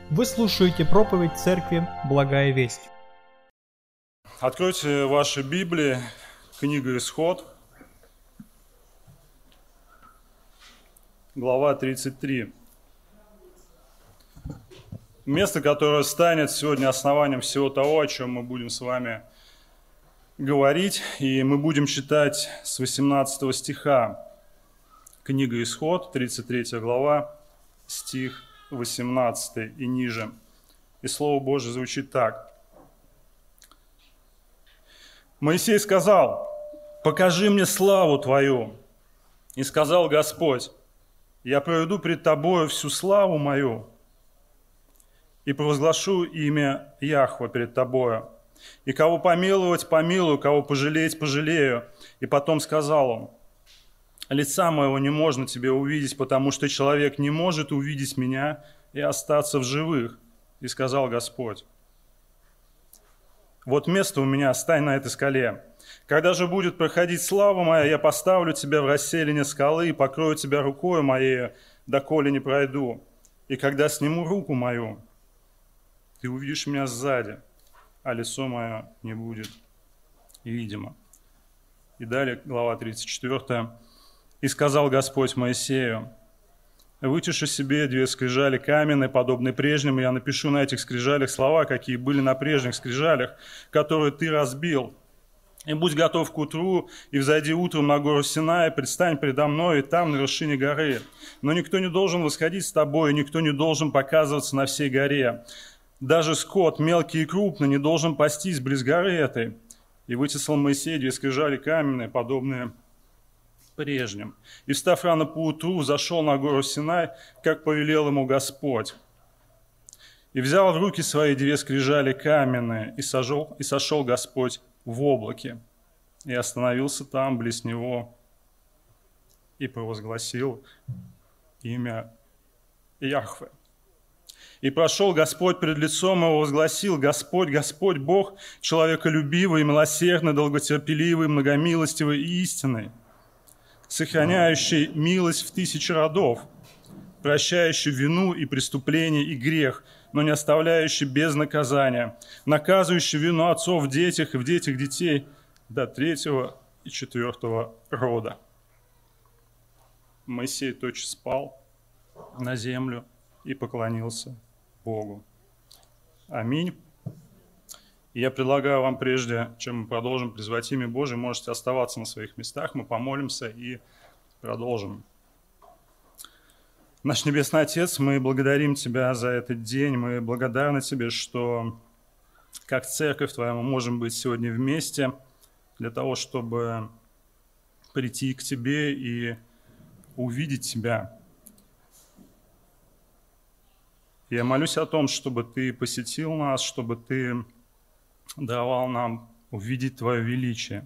Вы слушаете проповедь Церкви Благая Весть. Откройте ваши Библии, книга Исход, глава 33. Место, которое станет сегодня основанием всего того, о чем мы будем с вами говорить, и мы будем читать с 18 стиха. Книга Исход, 33 глава, стих 18 и ниже. И Слово Божие звучит так. Моисей сказал: «Покажи мне славу Твою». И сказал Господь: «Я проведу пред Тобою всю славу Мою и провозглашу имя Яхве пред Тобою. И кого помиловать, помилую, кого пожалеть, пожалею». И потом сказал он: «Лица моего не можно тебе увидеть, потому что человек не может увидеть меня и остаться в живых». И сказал Господь: «Вот место у меня, стань на этой скале. Когда же будет проходить слава моя, я поставлю тебя в расселине скалы и покрою тебя рукою моею, доколе не пройду. И когда сниму руку мою, ты увидишь меня сзади, а лицо мое не будет видимо». И далее глава 34. «И сказал Господь Моисею: вытиши себе 2 скрижали каменные, подобные прежним, и я напишу на этих скрижалях слова, какие были на прежних скрижалях, которые ты разбил. И будь готов к утру, и взойди утром на гору Синай, предстань предо мной, и там, на вершине горы. Но никто не должен восходить с тобой, и никто не должен показываться на всей горе. Даже скот, мелкий и крупный, не должен пастись близ горы этой». И вытесал Моисей 2 скрижали каменные, подобные прежним. И, встав рано поутру, зашел на гору Синай, как повелел ему Господь. И взял в руки свои 2 скрижали каменные, и сошел Господь в облаке, и остановился там, близ него, и провозгласил имя Яхве. И прошел Господь пред лицом его, возгласил: «Господь, Господь Бог, человеколюбивый, милосердный, долготерпеливый, многомилостивый и истинный, сохраняющий милость в 1000 родов, прощающий вину и преступление и грех, но не оставляющий без наказания, наказывающий вину отцов в детях и в детях детей до 3-го и 4-го рода». Моисей тотчас спал на землю и поклонился Богу. Аминь. И я предлагаю вам, прежде чем мы продолжим призвать имя Божие, можете оставаться на своих местах, мы помолимся и продолжим. Наш Небесный Отец, мы благодарим Тебя за этот день, мы благодарны Тебе, что как церковь Твоя мы можем быть сегодня вместе для того, чтобы прийти к Тебе и увидеть Тебя. Я молюсь о том, чтобы Ты посетил нас, чтобы Ты давал нам увидеть Твое величие.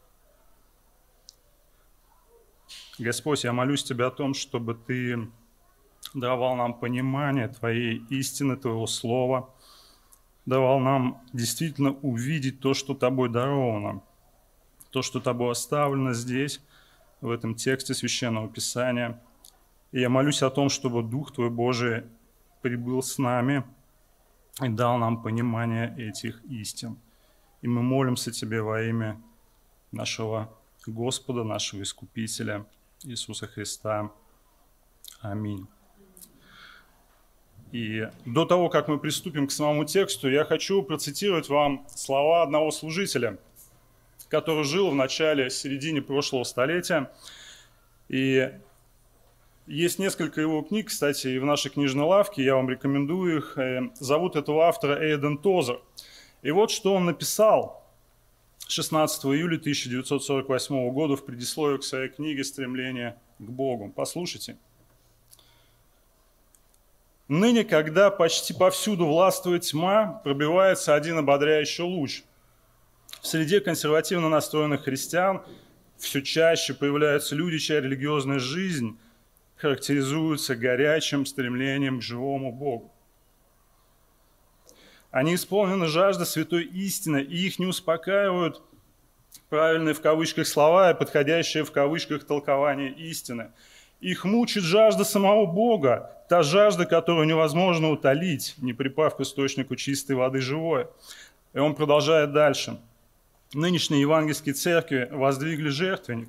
Господь, я молюсь Тебя о том, чтобы Ты давал нам понимание Твоей истины, Твоего Слова, давал нам действительно увидеть то, что Тобой даровано, то, что Тобой оставлено здесь, в этом тексте Священного Писания. И я молюсь о том, чтобы Дух Твой Божий прибыл с нами и дал нам понимание этих истин. И мы молимся Тебе во имя нашего Господа, нашего Искупителя Иисуса Христа. Аминь. И до того, как мы приступим к самому тексту, я хочу процитировать вам слова одного служителя, который жил в середине прошлого столетия. И есть несколько его книг, кстати, и в нашей книжной лавке, я вам рекомендую их. Зовут этого автора Эйден Тозер. И вот что он написал 16 июля 1948 года в предисловии к своей книге «Стремление к Богу». Послушайте. «Ныне, когда почти повсюду властвует тьма, пробивается один ободряющий луч. В среде консервативно настроенных христиан все чаще появляются люди, чья религиозная жизнь характеризуется горячим стремлением к живому Богу. Они исполнены жажды святой истины, и их не успокаивают правильные в кавычках слова и подходящие в кавычках толкования истины. Их мучит жажда самого Бога, та жажда, которую невозможно утолить, не припав к источнику чистой воды живой. И он продолжает дальше. Нынешние евангельские церкви воздвигли жертвенник.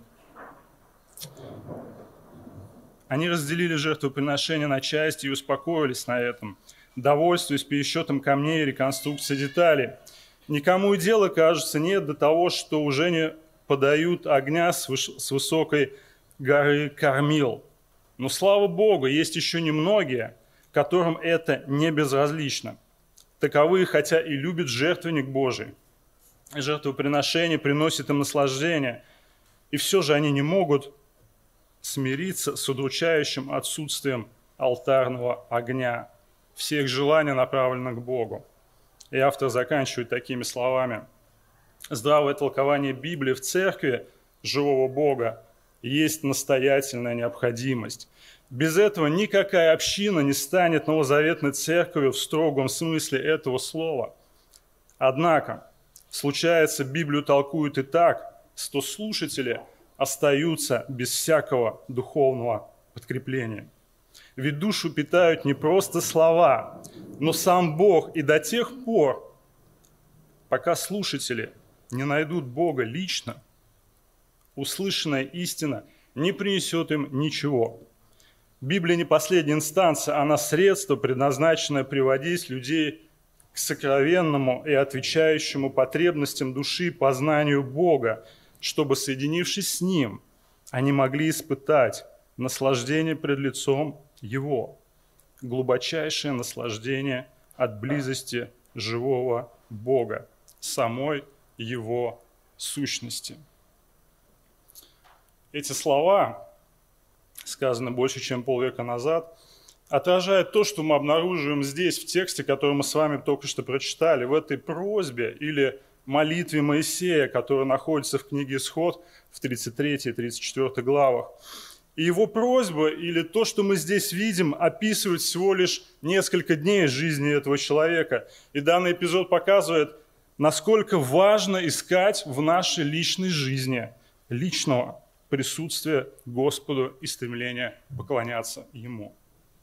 Они разделили жертвоприношение на части и успокоились на этом, довольствуясь пересчетом камней и реконструкцией деталей. Никому и дела, кажется, нет до того, что уже не подают огня с высокой горы Кармил. Но, слава Богу, есть еще немногие, которым это не безразлично. Таковые, хотя и любят жертвенник Божий, жертвоприношение приносит им наслаждение, и все же они не могут смириться с удручающим отсутствием алтарного огня. Все их желания направлены к Богу. И автор заканчивает такими словами. Здравое толкование Библии в церкви живого Бога есть настоятельная необходимость. Без этого никакая община не станет новозаветной церковью в строгом смысле этого слова. Однако, случается, Библию толкуют и так, что слушатели остаются без всякого духовного подкрепления. Ведь душу питают не просто слова, но сам Бог. И до тех пор, пока слушатели не найдут Бога лично, услышанная истина не принесет им ничего. Библия не последняя инстанция, она средство, предназначенное приводить людей к сокровенному и отвечающему потребностям души познанию Бога, чтобы, соединившись с Ним, они могли испытать наслаждение пред лицом Его, глубочайшее наслаждение от близости живого Бога, самой Его сущности. Эти слова, сказаны больше, чем полвека назад, отражают то, что мы обнаруживаем здесь, в тексте, который мы с вами только что прочитали, в этой просьбе или молитве Моисея, которая находится в книге «Исход» в 33 и 34 главах. И его просьба, или то, что мы здесь видим, описывает всего лишь несколько дней жизни этого человека. И данный эпизод показывает, насколько важно искать в нашей личной жизни личного присутствия Господу и стремления поклоняться Ему.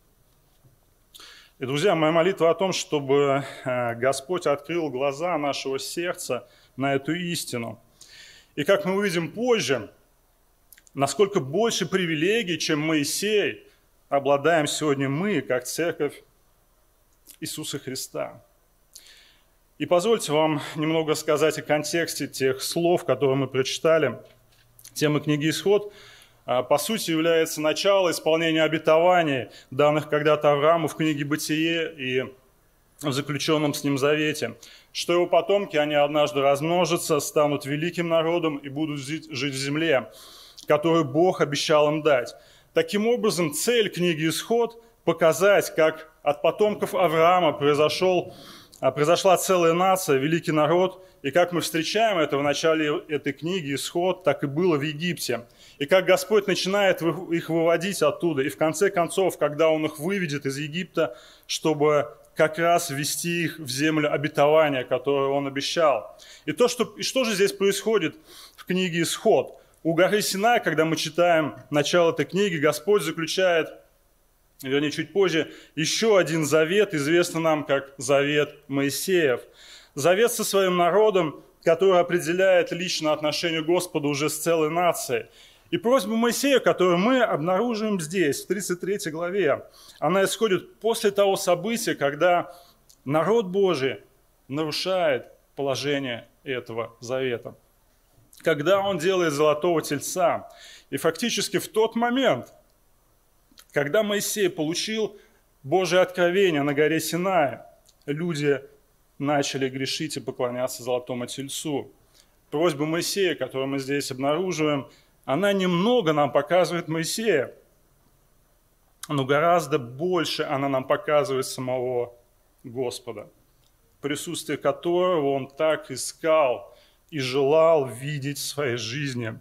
И, друзья, моя молитва о том, чтобы Господь открыл глаза нашего сердца на эту истину. И как мы увидим позже, насколько больше привилегий, чем Моисей, обладаем сегодня мы, как церковь Иисуса Христа. И позвольте вам немного сказать о контексте тех слов, которые мы прочитали. Тема книги «Исход» по сути является начало исполнения обетований, данных когда-то Аврааму в книге «Бытие» и в заключенном с ним завете, что его потомки, они однажды размножатся, станут великим народом и будут жить в земле, которую Бог обещал им дать. Таким образом, цель книги «Исход» – показать, как от потомков Авраама произошла целая нация, великий народ, и как мы встречаем это в начале этой книги «Исход», так и было в Египте. И как Господь начинает их выводить оттуда. И в конце концов, когда Он их выведет из Египта, чтобы как раз ввести их в землю обетования, которую Он обещал. И что же здесь происходит в книге «Исход»? У горы Синай, когда мы читаем начало этой книги, Господь заключает, вернее, чуть позже, еще один завет, известный нам как завет Моисеев. Завет со своим народом, который определяет личное отношение Господа уже с целой нацией. И просьба Моисея, которую мы обнаруживаем здесь, в 33 главе, она исходит после того события, когда народ Божий нарушает положение этого завета. Когда он делает золотого тельца. И фактически в тот момент, когда Моисей получил Божие откровение на горе Синай, люди начали грешить и поклоняться золотому тельцу. Просьба Моисея, которую мы здесь обнаруживаем, она немного нам показывает Моисея, но гораздо больше она нам показывает самого Господа, присутствие которого он так искал и желал видеть в своей жизни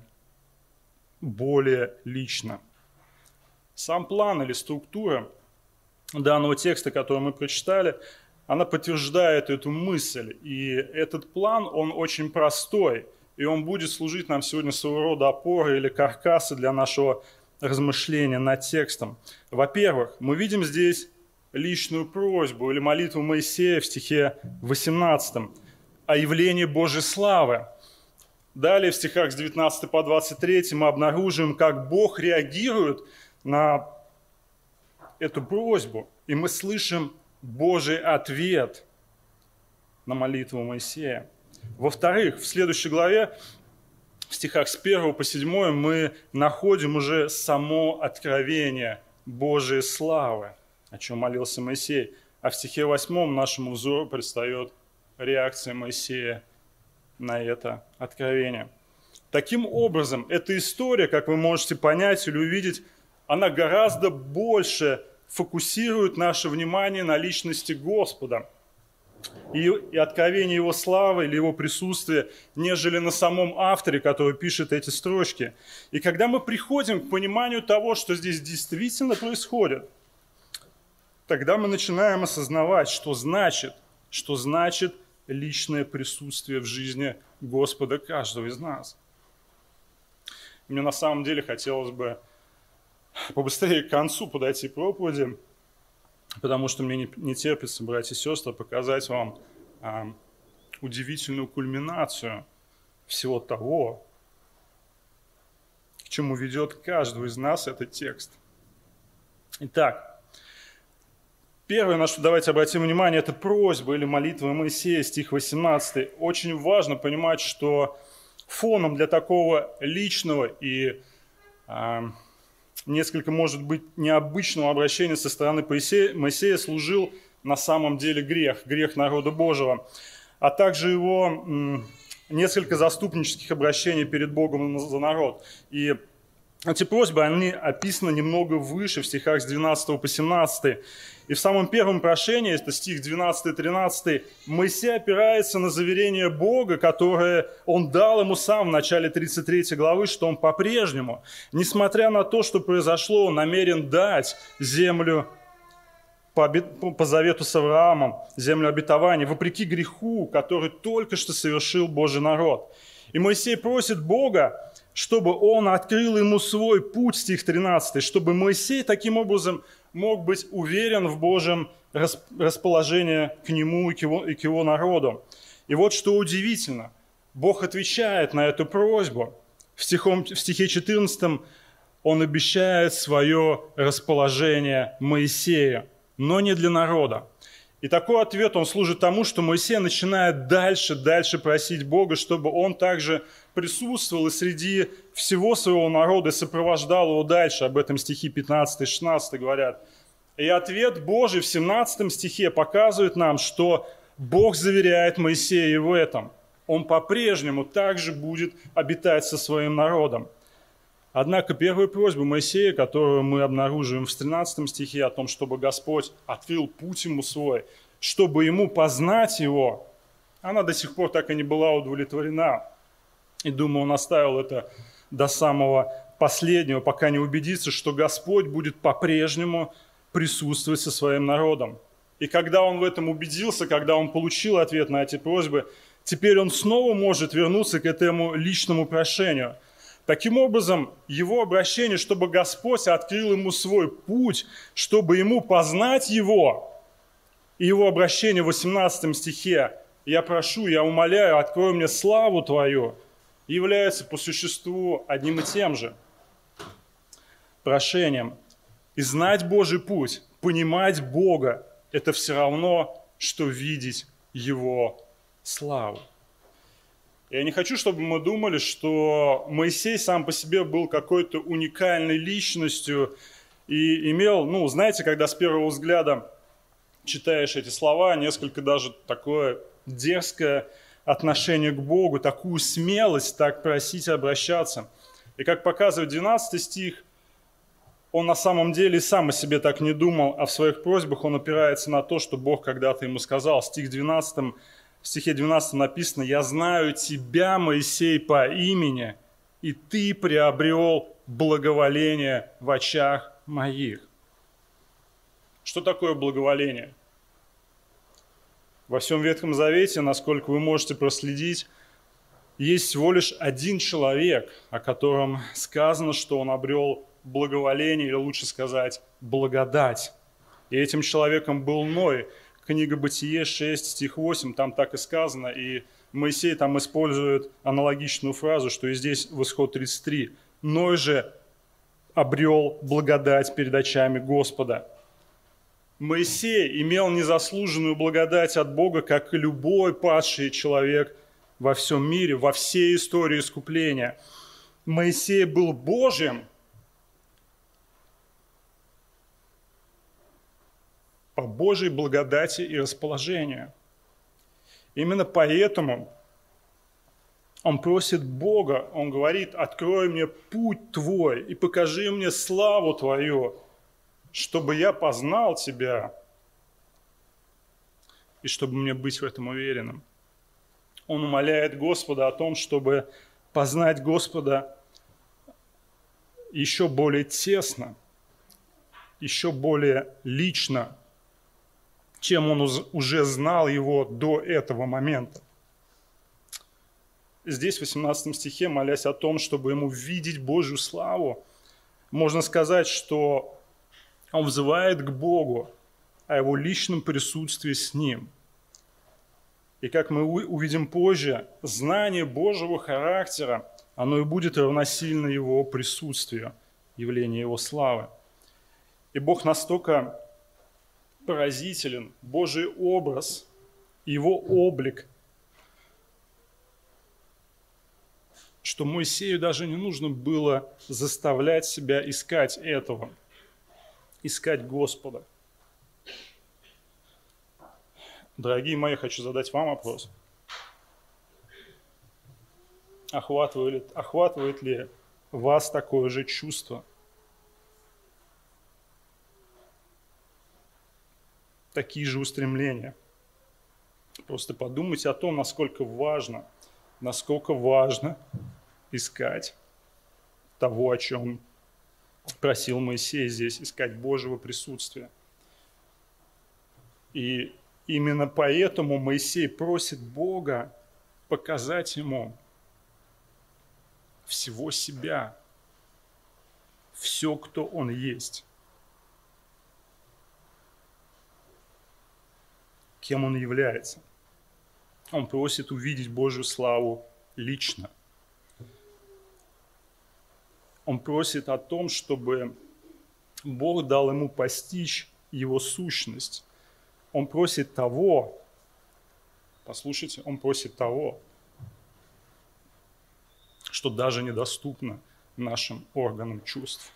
более лично. Сам план или структура данного текста, который мы прочитали, она подтверждает эту мысль. И этот план, он очень простой. И он будет служить нам сегодня своего рода опорой или каркасом для нашего размышления над текстом. Во-первых, мы видим здесь личную просьбу или молитву Моисея в стихе 18 о явлении Божьей славы. Далее в стихах с 19 по 23 мы обнаружим, как Бог реагирует на эту просьбу. И мы слышим Божий ответ на молитву Моисея. Во-вторых, в следующей главе, в стихах с 1 по 7, мы находим уже само откровение Божией славы, о чем молился Моисей. А в стихе 8 нашему взору предстает реакция Моисея на это откровение. Таким образом, эта история, как вы можете понять или увидеть, она гораздо больше фокусирует наше внимание на личности Господа и откровение Его славы или Его присутствия, нежели на самом авторе, который пишет эти строчки. И когда мы приходим к пониманию того, что здесь действительно происходит, тогда мы начинаем осознавать, что значит личное присутствие в жизни Господа каждого из нас. Мне на самом деле хотелось бы побыстрее к концу подойти к проповеди, потому что мне не терпится, братья и сестры, показать вам удивительную кульминацию всего того, к чему ведет каждого из нас этот текст. Итак, первое, на что давайте обратим внимание, это просьба или молитва Моисея, стих 18. Очень важно понимать, что фоном для такого личного и несколько, может быть, необычного обращения со стороны Моисея служил на самом деле грех народа Божьего, а также его несколько заступнических обращений перед Богом за народ. И эти просьбы, они описаны немного выше, в стихах с 12 по 17. И в самом первом прошении, это стих 12-13, Моисей опирается на заверение Бога, которое он дал ему сам в начале 33 главы, что он по-прежнему, несмотря на то, что произошло, намерен дать землю по завету с Авраамом, землю обетования, вопреки греху, который только что совершил Божий народ. И Моисей просит Бога, чтобы он открыл ему свой путь, стих 13, чтобы Моисей таким образом мог быть уверен в Божьем расположении к нему и к его народу. И вот что удивительно, Бог отвечает на эту просьбу. В стихе 14 он обещает свое расположение Моисею, но не для народа. И такой ответ, он служит тому, что Моисей начинает дальше просить Бога, чтобы он также присутствовал и среди всего своего народа и сопровождал его дальше. Об этом стихи 15 и 16 говорят. И ответ Божий в 17 стихе показывает нам, что Бог заверяет Моисея в этом. Он по-прежнему также будет обитать со своим народом. Однако первая просьба Моисея, которую мы обнаруживаем в 13 стихе, о том, чтобы Господь открыл путь ему свой, чтобы ему познать его, она до сих пор так и не была удовлетворена. И думаю, он оставил это до самого последнего, пока не убедится, что Господь будет по-прежнему присутствовать со своим народом. И когда он в этом убедился, когда он получил ответ на эти просьбы, теперь он снова может вернуться к этому личному прошению. Таким образом, его обращение, чтобы Господь открыл ему свой путь, чтобы ему познать его, и его обращение в 18 стихе «Я прошу, я умоляю, открой мне славу Твою», является по существу одним и тем же прошением. И знать Божий путь, понимать Бога – это все равно, что видеть Его славу. Я не хочу, чтобы мы думали, что Моисей сам по себе был какой-то уникальной личностью и имел, знаете, когда с первого взгляда читаешь эти слова, несколько даже такое дерзкое отношение к Богу, такую смелость так просить и обращаться. И как показывает 12 стих, он на самом деле сам о себе так не думал, а в своих просьбах он опирается на то, что Бог когда-то ему сказал. В стихе 12 написано: «Я знаю тебя, Моисей, по имени, и ты приобрел благоволение в очах моих». Что такое благоволение? Во всем Ветхом Завете, насколько вы можете проследить, есть всего лишь один человек, о котором сказано, что он обрел благоволение, или лучше сказать, благодать. И этим человеком был Ной. Книга Бытие 6, стих 8, там так и сказано, и Моисей там использует аналогичную фразу, что и здесь в Исход 33. Ной же обрел благодать перед очами Господа. Моисей имел незаслуженную благодать от Бога, как и любой падший человек во всем мире, во всей истории искупления. Моисей был Божьим по Божьей благодати и расположению. Именно поэтому он просит Бога, он говорит: «Открой мне путь Твой и покажи мне славу Твою, чтобы я познал Тебя и чтобы мне быть в этом уверенным». Он умоляет Господа о том, чтобы познать Господа еще более тесно, еще более лично, чем он уже знал Его до этого момента. Здесь, в 18 стихе, молясь о том, чтобы ему видеть Божью славу, можно сказать, что он взывает к Богу о Его личном присутствии с Ним. И как мы увидим позже, знание Божьего характера, оно и будет равносильно Его присутствию, явлению Его славы. И Бог настолько поразителен, Божий образ, Его облик, что Моисею даже не нужно было заставлять себя искать этого, искать Господа. Дорогие мои, хочу задать вам вопрос. Охватывает ли вас такое же чувство? Такие же устремления? Просто подумайте о том, насколько важно искать того, о чем просил Моисей здесь, искать Божьего присутствия. И именно поэтому Моисей просит Бога показать ему всего себя, все, кто он есть, кем он является. Он просит увидеть Божью славу лично. Он просит о том, чтобы Бог дал ему постичь его сущность. Он просит того, послушайте, он просит того, что даже недоступно нашим органам чувств.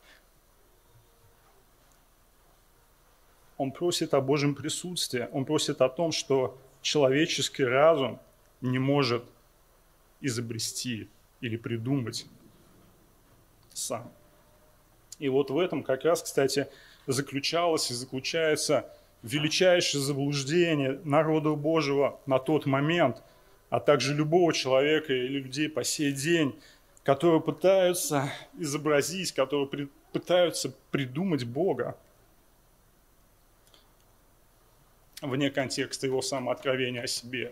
Он просит о Божьем присутствии, он просит о том, что человеческий разум не может изобрести или придумать сам. И вот в этом как раз, кстати, заключалось и заключается величайшее заблуждение народа Божьего на тот момент, а также любого человека или людей по сей день, которые пытаются изобразить, которые пытаются придумать Бога вне контекста Его самооткровения о себе.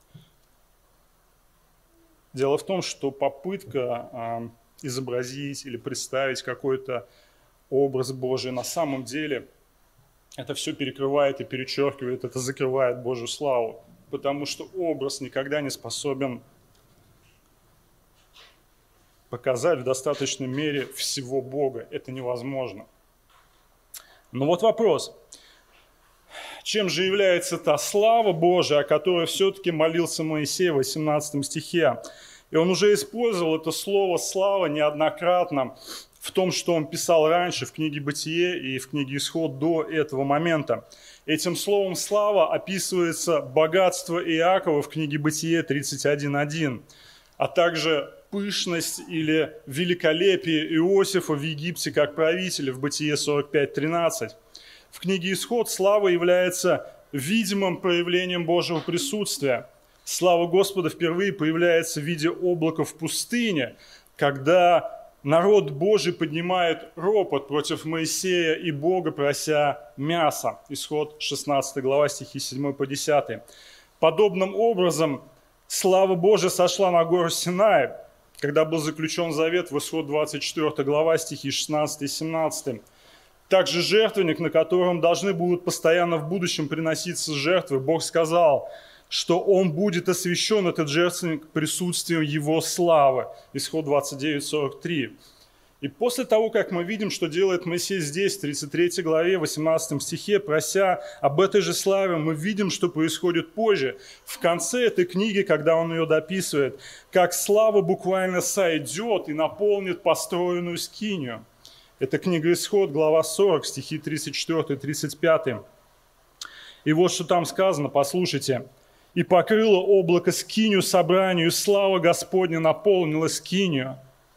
Дело в том, что попытка изобразить или представить какой-то образ Божий на самом деле это все перекрывает и перечеркивает, это закрывает Божью славу, потому что образ никогда не способен показать в достаточной мере всего Бога. Это невозможно. Но вот вопрос. Чем же является та слава Божия, о которой все-таки молился Моисей в 18 стихе? И он уже использовал это слово «слава» неоднократно в том, что он писал раньше в книге «Бытие» и в книге «Исход» до этого момента. Этим словом «слава» описывается богатство Иакова в книге «Бытие» 31:1, а также пышность или великолепие Иосифа в Египте как правителя в Бытие 45:13. В книге «Исход» слава является видимым проявлением Божьего присутствия. Слава Господа впервые появляется в виде облака в пустыне, когда народ Божий поднимает ропот против Моисея и Бога, прося мяса. Исход 16 глава, стихи 7 по 10. Подобным образом слава Божия сошла на гору Синай, когда был заключен завет, в Исход 24 глава, стихи 16 и 17. Также жертвенник, на котором должны будут постоянно в будущем приноситься жертвы, Бог сказал, что он будет освящен, этот жертвенник, присутствием его славы. Исход 29:43. И после того, как мы видим, что делает Моисей здесь, в 33 главе, 18 стихе, прося об этой же славе, мы видим, что происходит позже, в конце этой книги, когда он ее дописывает, как слава буквально сойдет и наполнит построенную скинию. Это книга Исход, глава 40, стихи 34-35. И вот что там сказано, послушайте. «И покрыло облако скинию собранию, и слава Господня наполнила скинию».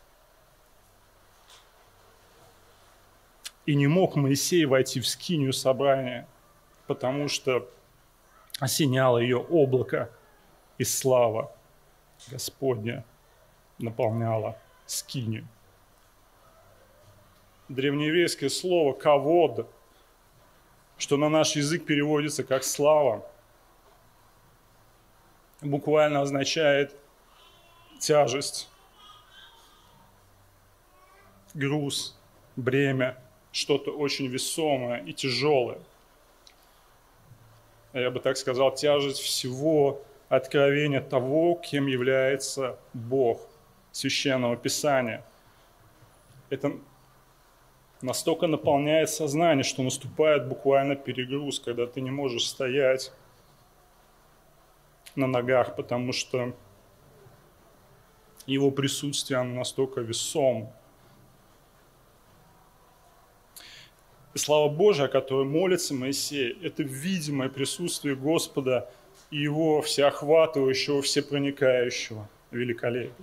И не мог Моисей войти в скинию собрания, потому что осеняло ее облако, и слава Господня наполняла скинию. Древнееврейское слово «кавод», что на наш язык переводится как «слава», буквально означает тяжесть, груз, бремя, что-то очень весомое и тяжелое. Я бы так сказал, тяжесть всего откровения того, кем является Бог, Священного Писания. Это настолько наполняет сознание, что наступает буквально перегруз, когда ты не можешь стоять на ногах, потому что его присутствие оно настолько весомо. И слава Божия, о которой молится Моисей, это видимое присутствие Господа и Его всеохватывающего, всепроникающего великолепия.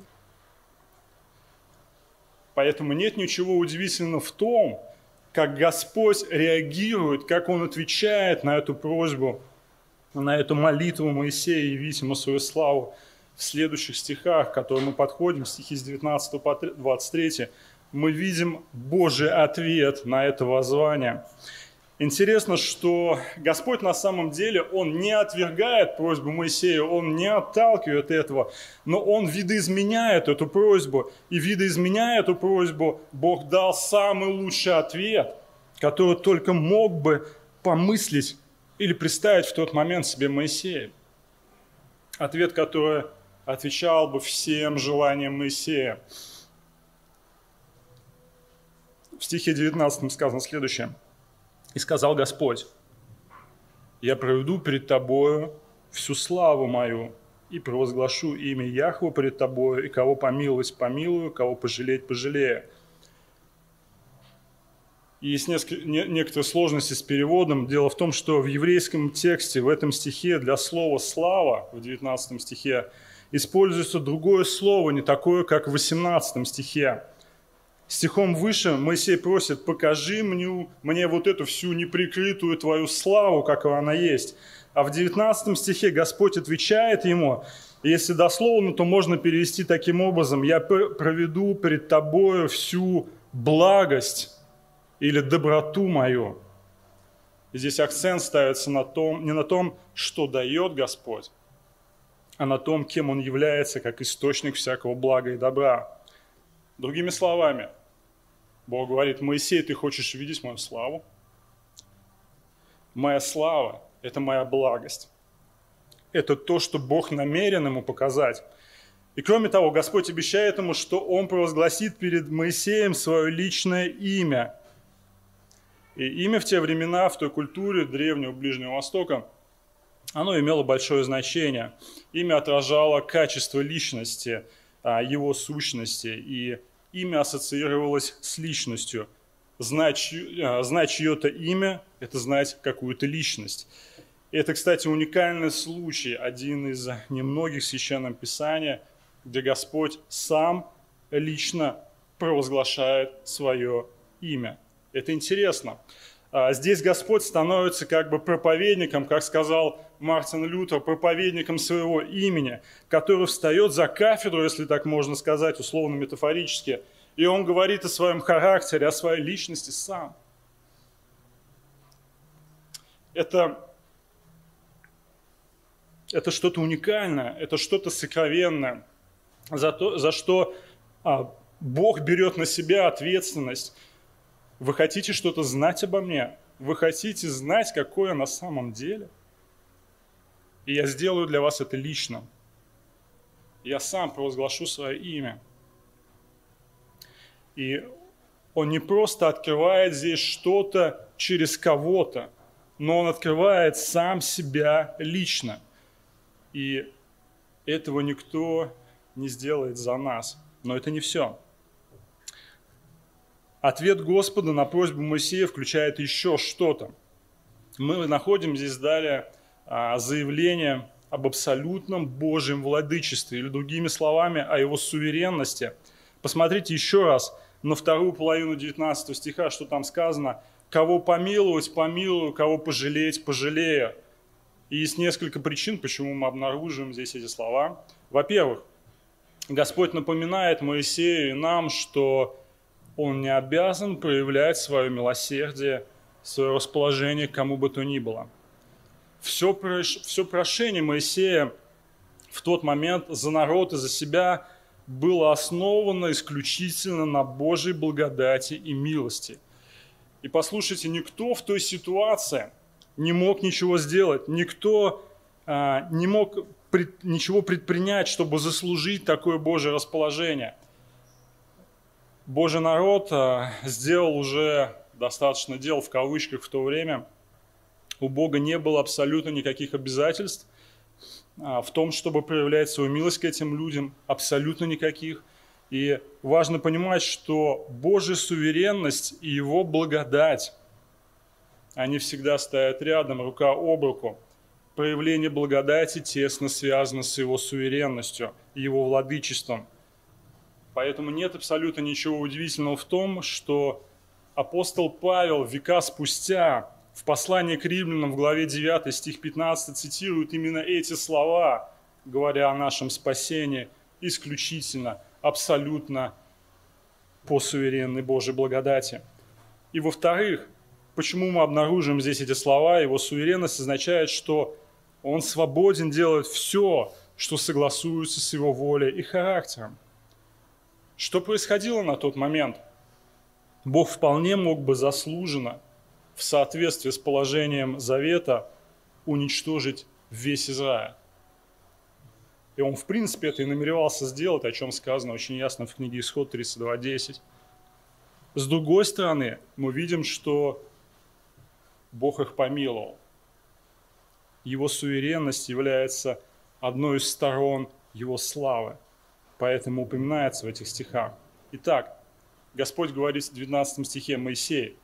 Поэтому нет ничего удивительного в том, как Господь реагирует, как Он отвечает на эту просьбу, на эту молитву Моисея явить Ему свою славу в следующих стихах, к которым мы подходим, стихи с 19 по 23, мы видим Божий ответ на это воззвание. Интересно, что Господь на самом деле, Он не отвергает просьбу Моисея, Он не отталкивает этого, но Он видоизменяет эту просьбу. И видоизменяя эту просьбу, Бог дал самый лучший ответ, который только мог бы помыслить или представить в тот момент себе Моисея. Ответ, который отвечал бы всем желаниям Моисея. В стихе 19 сказано следующее. «И сказал Господь, я проведу перед тобою всю славу мою и провозглашу имя Яхве перед тобою, и кого помиловать помилую, кого пожалеть пожалею». И есть некоторые сложности с переводом. Дело в том, что в еврейском тексте, в этом стихе для слова «слава» в 19 стихе используется другое слово, не такое, как в 18 стихе. Стихом выше Моисей просит: покажи мне вот эту всю неприкрытую твою славу, какова она есть. А в 19 стихе Господь отвечает ему, если дословно, то можно перевести таким образом: я проведу перед тобою всю благость или доброту мою. И здесь акцент ставится не на том, что дает Господь, а на том, кем Он является, как источник всякого блага и добра. Другими словами, Бог говорит: Моисей, ты хочешь видеть мою славу? Моя слава – это моя благость. Это то, что Бог намерен ему показать. И кроме того, Господь обещает ему, что Он провозгласит перед Моисеем свое личное имя. И имя в те времена, в той культуре древнего Ближнего Востока, оно имело большое значение. Имя отражало качество личности, его сущности, и имя ассоциировалось с личностью. Знать чье-то имя – это знать какую-то личность. И это, кстати, уникальный случай, один из немногих в Священном Писании, где Господь сам лично провозглашает свое имя. Это интересно. Здесь Господь становится как бы проповедником, как сказал Мартин Лютер, проповедником своего имени, который встает за кафедру, если так можно сказать, условно-метафорически, и он говорит о своем характере, о своей личности сам. Это что-то уникальное, это что-то сокровенное, за что Бог берет на себя ответственность. Вы хотите что-то знать обо мне? Вы хотите знать, какой я на самом деле? И я сделаю для вас это лично. Я сам провозглашу свое имя. И Он не просто открывает здесь что-то через кого-то, но Он открывает сам себя лично. И этого никто не сделает за нас. Но это не все. Ответ Господа на просьбу Моисея включает еще что-то. Мы находим здесь далее заявление об абсолютном Божьем владычестве, или другими словами, о Его суверенности. Посмотрите еще раз на вторую половину 19 стиха, что там сказано: «Кого помиловать, помилую, кого пожалеть, пожалею». И есть несколько причин, почему мы обнаруживаем здесь эти слова. Во-первых, Господь напоминает Моисею и нам, что Он не обязан проявлять свое милосердие, свое расположение к кому бы то ни было. Все прошение Моисея в тот момент за народ и за себя было основано исключительно на Божьей благодати и милости. И послушайте, никто в той ситуации не мог ничего сделать, никто не мог ничего предпринять, чтобы заслужить такое Божье расположение. Божий народ сделал уже достаточно дел, в кавычках, в то время. У Бога не было абсолютно никаких обязательств в том, чтобы проявлять свою милость к этим людям, абсолютно никаких. И важно понимать, что Божья суверенность и Его благодать, они всегда стоят рядом, рука об руку. Проявление благодати тесно связано с Его суверенностью и Его владычеством. Поэтому нет абсолютно ничего удивительного в том, что апостол Павел века спустя в послании к римлянам в главе 9 стих 15 цитирует именно эти слова, говоря о нашем спасении исключительно, абсолютно по суверенной Божьей благодати. И во-вторых, почему мы обнаружим здесь эти слова? Его суверенность означает, что Он свободен делать все, что согласуется с Его волей и характером. Что происходило на тот момент? Бог вполне мог бы заслуженно, в соответствии с положением завета, уничтожить весь Израиль. И Он, в принципе, это и намеревался сделать, о чем сказано очень ясно в книге Исход 32:10. С другой стороны, мы видим, что Бог их помиловал. Его суверенность является одной из сторон Его славы, поэтому упоминается в этих стихах. Итак, Господь говорит в 19 стихе Моисею: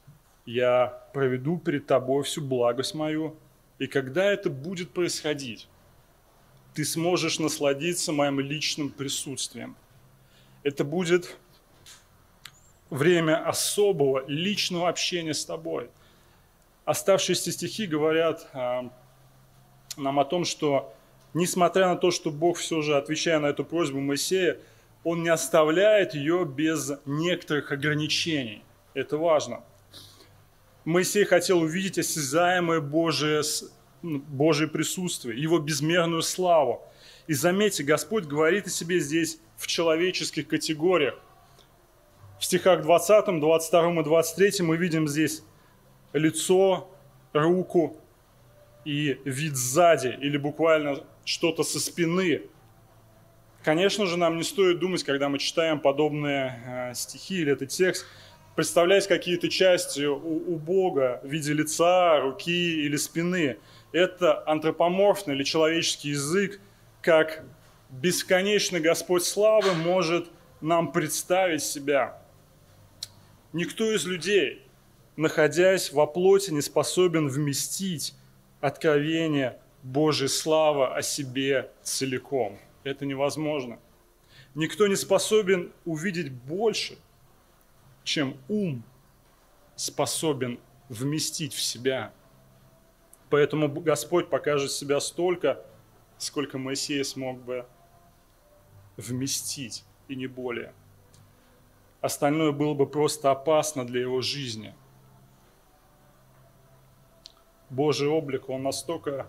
«Я проведу перед тобой всю благость мою, и когда это будет происходить, ты сможешь насладиться моим личным присутствием». Это будет время особого личного общения с тобой. Оставшиеся стихи говорят нам о том, что, несмотря на то, что Бог все же, отвечая на эту просьбу Моисея, Он не оставляет ее без некоторых ограничений. Это важно. Моисей хотел увидеть осязаемое Божие присутствие, Его безмерную славу. И заметьте, Господь говорит о себе здесь в человеческих категориях. В стихах 20, 22 и 23 мы видим здесь лицо, руку и вид сзади, или буквально что-то со спины. Конечно же, нам не стоит думать, когда мы читаем подобные стихи или этот текст, представлять какие-то части у Бога в виде лица, руки или спины. Это антропоморфный или человеческий язык, как бесконечный Господь славы может нам представить себя. Никто из людей, находясь во плоти, не способен вместить откровение Божьей славы о себе целиком. Это невозможно. Никто не способен увидеть больше, чем ум способен вместить в себя. Поэтому Господь покажет себя столько, сколько Моисей смог бы вместить, и не более. Остальное было бы просто опасно для его жизни. Божий облик, он настолько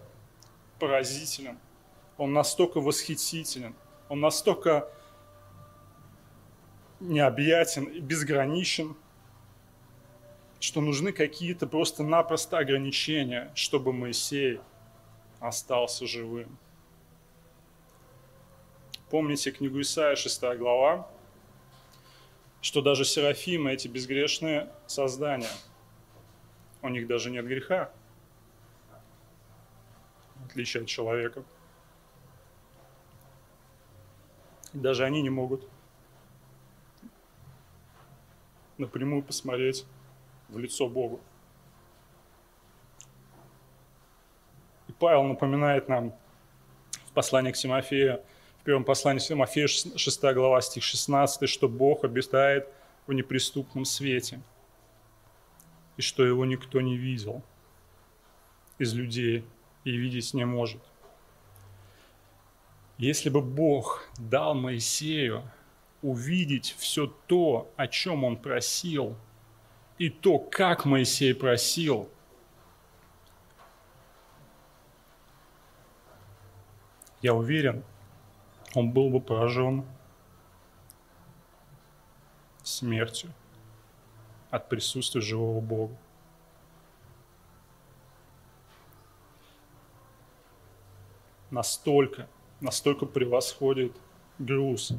поразителен, он настолько восхитителен, он настолько необъятен и безграничен, что нужны какие-то просто-напросто ограничения, чтобы Моисей остался живым. Помните книгу Исаия, 6 глава, что даже серафимы, эти безгрешные создания, у них даже нет греха, в отличие от человека. И даже они не могут напрямую посмотреть в лицо Богу. И Павел напоминает нам в послании к Тимофею, в первом послании к Тимофею, 6 глава, стих 16, что Бог обитает в неприступном свете, и что его никто не видел из людей и видеть не может. Если бы Бог дал Моисею увидеть все то, о чем он просил, и то, как Моисей просил, я уверен, он был бы поражен смертью от присутствия живого Бога. Настолько превосходит груз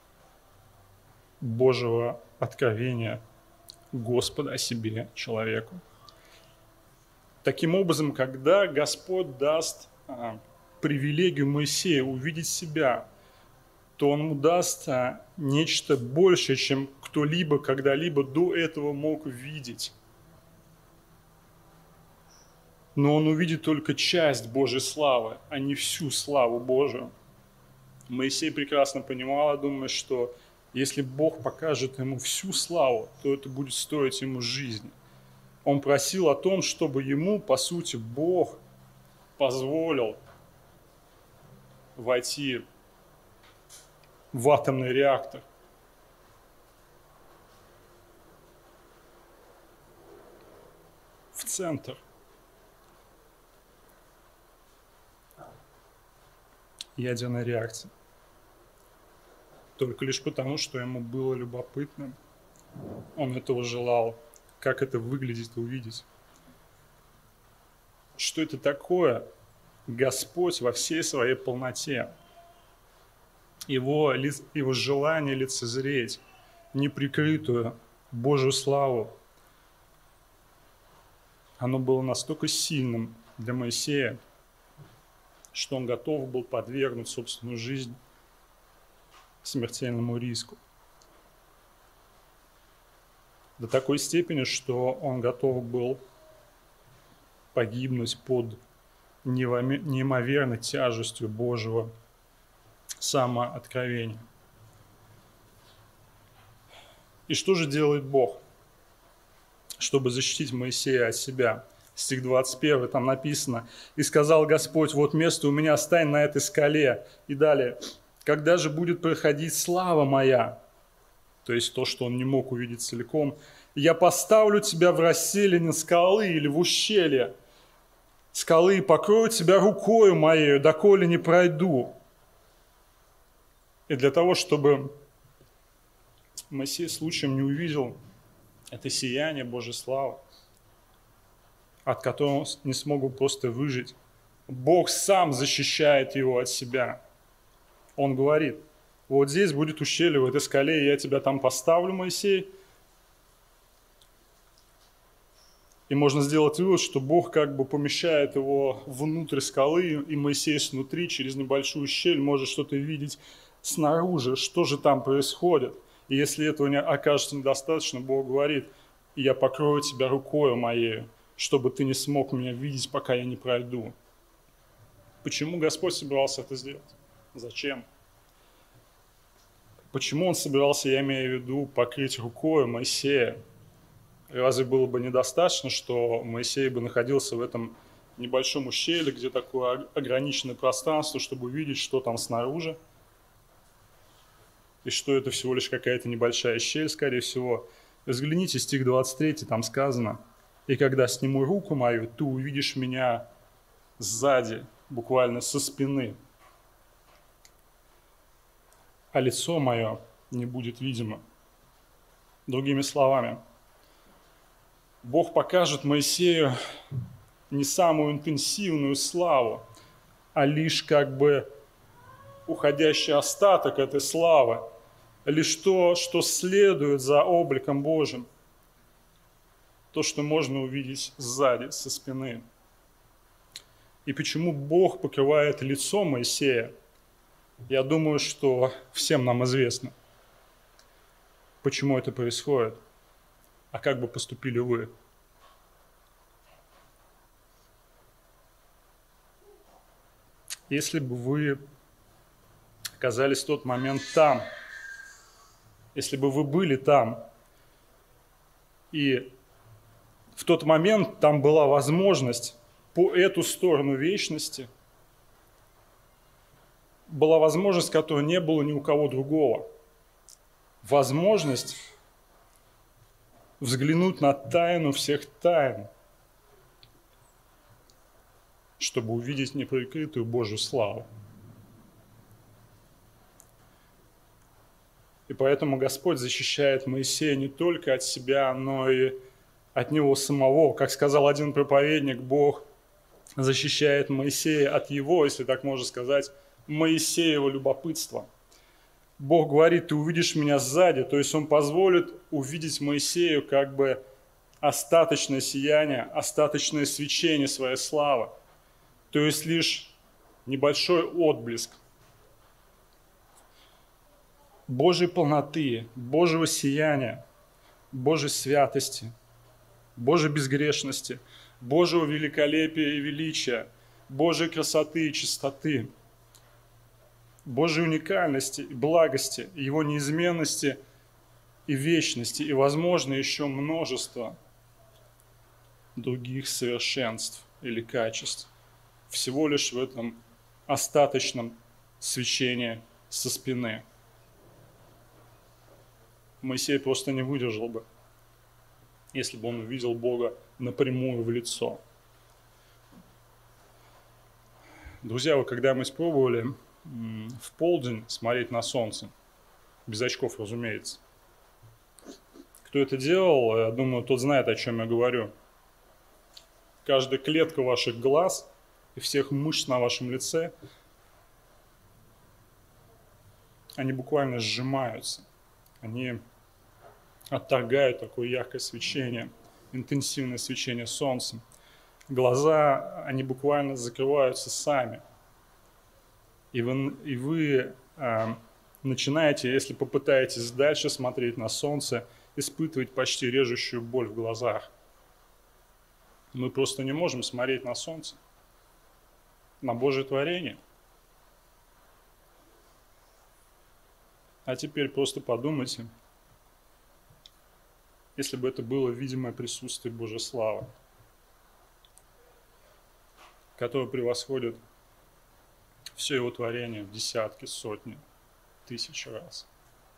Божьего откровения Господа о себе человеку. Таким образом, когда Господь даст привилегию Моисею увидеть себя, то Он ему даст нечто большее, чем кто-либо когда-либо до этого мог видеть. Но он увидит только часть Божьей славы, а не всю славу Божию. Моисей прекрасно понимал, я думаю, что если Бог покажет ему всю славу, то это будет стоить ему жизни. Он просил о том, чтобы ему, по сути, Бог позволил войти в атомный реактор. В центр. Ядерной реакции. Только лишь потому, что ему было любопытно. Он этого желал. Как это выглядит, увидеть. Что это такое? Господь во всей своей полноте. Его желание лицезреть неприкрытую Божью славу, оно было настолько сильным для Моисея, что он готов был подвергнуть собственную жизнь смертельному риску. До такой степени, что он готов был погибнуть под неимоверной тяжестью Божьего самооткровения. И что же делает Бог, чтобы защитить Моисея от себя? Стих 21, там написано: «И сказал Господь, вот место у меня, стань на этой скале». И далее: «Когда же будет проходить слава моя», то есть то, что он не мог увидеть целиком, «я поставлю тебя в расселине скалы или в ущелье скалы и покрою тебя рукою моею, доколе не пройду». И для того, чтобы Моисей случаем не увидел это сияние Божьей славы, от которого он не смог бы просто выжить, Бог сам защищает его от себя. Он говорит: вот здесь будет ущелье в этой скале, и я тебя там поставлю, Моисей. И можно сделать вывод, что Бог как бы помещает его внутрь скалы, и Моисей снутри, через небольшую щель, может что-то видеть снаружи, что же там происходит. И если этого не окажется недостаточно, Бог говорит: я покрою тебя рукою моею, чтобы ты не смог меня видеть, пока я не пройду. Почему Господь собирался это сделать? Зачем? Почему Он собирался, я имею в виду, покрыть рукою Моисея? Разве было бы недостаточно, что Моисей бы находился в этом небольшом ущелье, где такое ограниченное пространство, чтобы увидеть, что там снаружи? И что это всего лишь какая-то небольшая щель, скорее всего. Взгляните, стих 23, там сказано: «И когда сниму руку мою, ты увидишь меня сзади, буквально со спины, а лицо мое не будет видимо». Другими словами, Бог покажет Моисею не самую интенсивную славу, а лишь как бы уходящий остаток этой славы, лишь то, что следует за обликом Божьим, то, что можно увидеть сзади, со спины. И почему Бог покрывает лицо Моисея, я думаю, что всем нам известно, почему это происходит. А как бы поступили вы? Если бы вы оказались в тот момент там, если бы вы были там, и в тот момент там была возможность по эту сторону вечности, была возможность, которой не было ни у кого другого. Возможность взглянуть на тайну всех тайн, чтобы увидеть неприкрытую Божью славу. И поэтому Господь защищает Моисея не только от себя, но и от него самого. Как сказал один проповедник, Бог защищает Моисея от его, если так можно сказать, Моисеева любопытства. Бог говорит: ты увидишь меня сзади, то есть Он позволит увидеть Моисею как бы остаточное сияние, остаточное свечение своей славы. То есть лишь небольшой отблеск Божьей полноты, Божьего сияния, Божьей святости, Божьей безгрешности, Божьего великолепия и величия, Божьей красоты и чистоты, Божьей уникальности и благости, Его неизменности и вечности, и, возможно, еще множество других совершенств или качеств. Всего лишь в этом остаточном свечении со спины. Моисей просто не выдержал бы, если бы он увидел Бога напрямую в лицо. Друзья, вы когда-нибудь пробовали в полдень смотреть на солнце? Без очков, разумеется. Кто это делал, я думаю, тот знает, о чем я говорю. Каждая клетка ваших глаз и всех мышц на вашем лице, они буквально сжимаются. Они отторгают такое яркое свечение, интенсивное свечение солнца. Глаза, они буквально закрываются сами. И вы начинаете, если попытаетесь дальше смотреть на солнце, испытывать почти режущую боль в глазах. Мы просто не можем смотреть на солнце, на Божье творение. А теперь просто подумайте, если бы это было видимое присутствие Божьей славы, которое превосходит все Его творение в десятки, сотни, тысячи раз.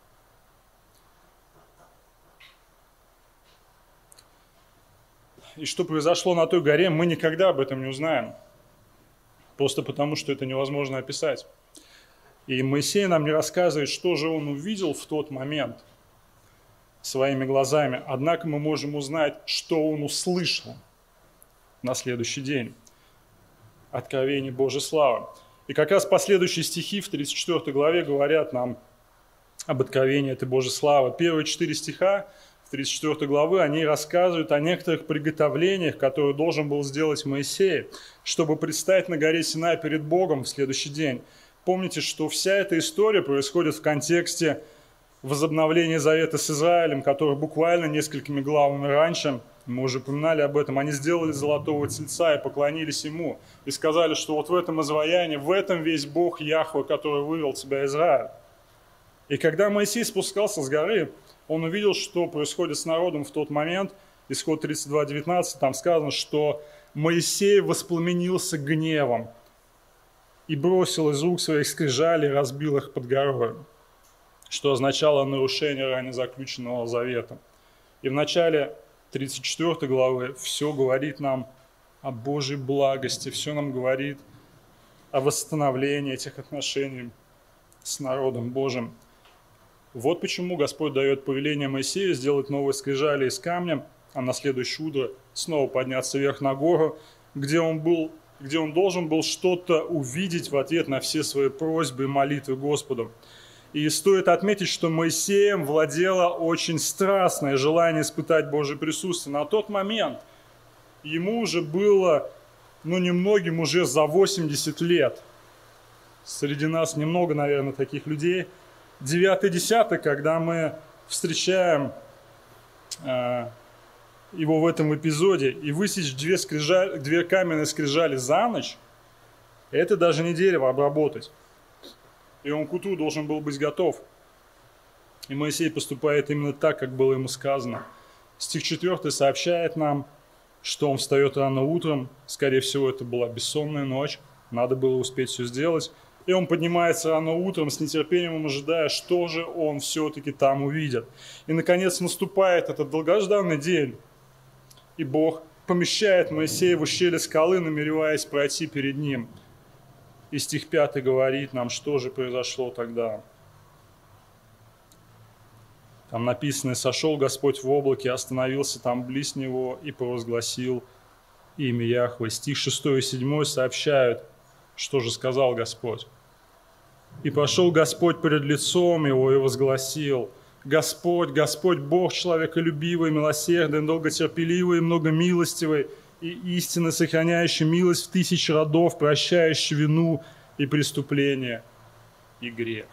И что произошло на той горе, мы никогда об этом не узнаем. Просто потому, что это невозможно описать. И Моисей нам не рассказывает, что же он увидел в тот момент своими глазами. Однако мы можем узнать, что он услышал на следующий день. Откровение Божьей славы. И как раз последующие стихи в 34 главе говорят нам об откровении этой Божьей славы. Первые 4 стиха 34 главы, они рассказывают о некоторых приготовлениях, которые должен был сделать Моисей, чтобы предстать на горе Синай перед Богом в следующий день. Помните, что вся эта история происходит в контексте возобновления завета с Израилем, который буквально несколькими главами раньше, мы уже упоминали об этом, они сделали золотого тельца и поклонились ему, и сказали, что вот в этом изваянии, в этом весь Бог Яхве, который вывел тебя Израиль. И когда Моисей спускался с горы, он увидел, что происходит с народом в тот момент. Исход 32:19, там сказано, что Моисей воспламенился гневом и бросил из рук своих скрижали и разбил их под горой, что означало нарушение ранее заключенного завета. И в начале 34 главы все говорит нам о Божьей благости, все нам говорит о восстановлении этих отношений с народом Божьим Вот почему Господь дает повеление Моисею сделать новые скрижали из камня, а на следующее утро снова подняться вверх на гору, где он должен был что-то увидеть в ответ на все свои просьбы и молитвы Господу. И стоит отметить, что Моисеем владело очень страстное желание испытать Божье присутствие. На тот момент ему уже было, немногим уже за 80 лет. Среди нас немного, наверное, таких людей. 9-й десяток, когда мы встречаем его в этом эпизоде, и высечь две каменные скрижали за ночь, это даже не дерево обработать. И он к утру должен был быть готов. И Моисей поступает именно так, как было ему сказано. Стих 4 сообщает нам, что он встает рано утром. Скорее всего, это была бессонная ночь. Надо было успеть все сделать. И он поднимается рано утром, с нетерпением ожидая, что же он все-таки там увидит. И, наконец, наступает этот долгожданный день. И Бог помещает Моисея в ущелье скалы, намереваясь пройти перед ним. И стих 5 говорит нам, что же произошло тогда. Там написано: «Сошел Господь в облаке, остановился там близ него и провозгласил имя Яхве». Стих 6 и 7 сообщают, что же сказал Господь. «И пошел Господь перед лицом его и возгласил: Господь, Господь Бог человеколюбивый, милосердный, долготерпеливый, многомилостивый, и истинно сохраняющий милость в 1000 родов, прощающий вину и преступление и грех».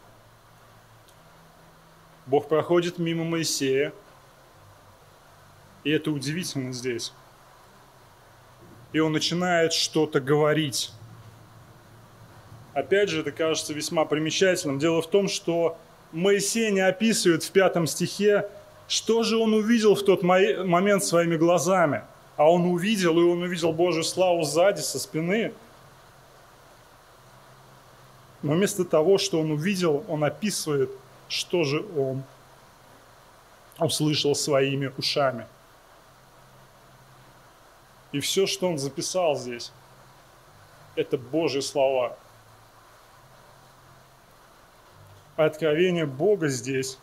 Бог проходит мимо Моисея, и это удивительно здесь. И он начинает что-то говорить. Опять же, это кажется весьма примечательным. Дело в том, что Моисей не описывает в 5 стихе, что же он увидел в тот момент своими глазами. А он увидел Божью славу сзади, со спины. Но вместо того, что он увидел, он описывает, что же он услышал своими ушами. И все, что он записал здесь, это Божьи слова. Откровение Бога здесь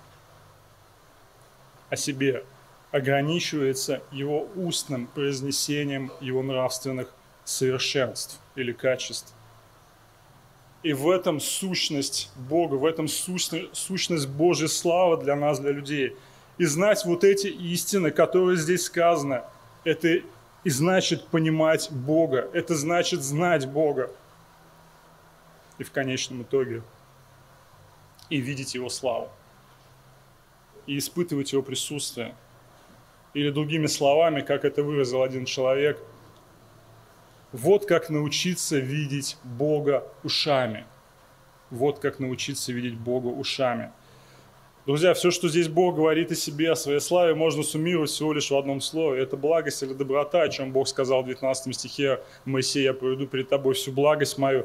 о себе ограничивается его устным произнесением его нравственных совершенств или качеств. И в этом сущность Бога, в этом сущность Божьей славы для нас, для людей. И знать вот эти истины, которые здесь сказаны, это и значит понимать Бога, это значит знать Бога. И в конечном итоге и видеть Его славу, и испытывать Его присутствие. Или другими словами, как это выразил один человек, вот как научиться видеть Бога ушами. Вот как научиться видеть Бога ушами. Друзья, все, что здесь Бог говорит о себе, о своей славе, можно суммировать всего лишь в одном слове. Это благость или доброта, о чем Бог сказал в 19 стихе: «Моисей, я проведу перед тобой всю благость мою».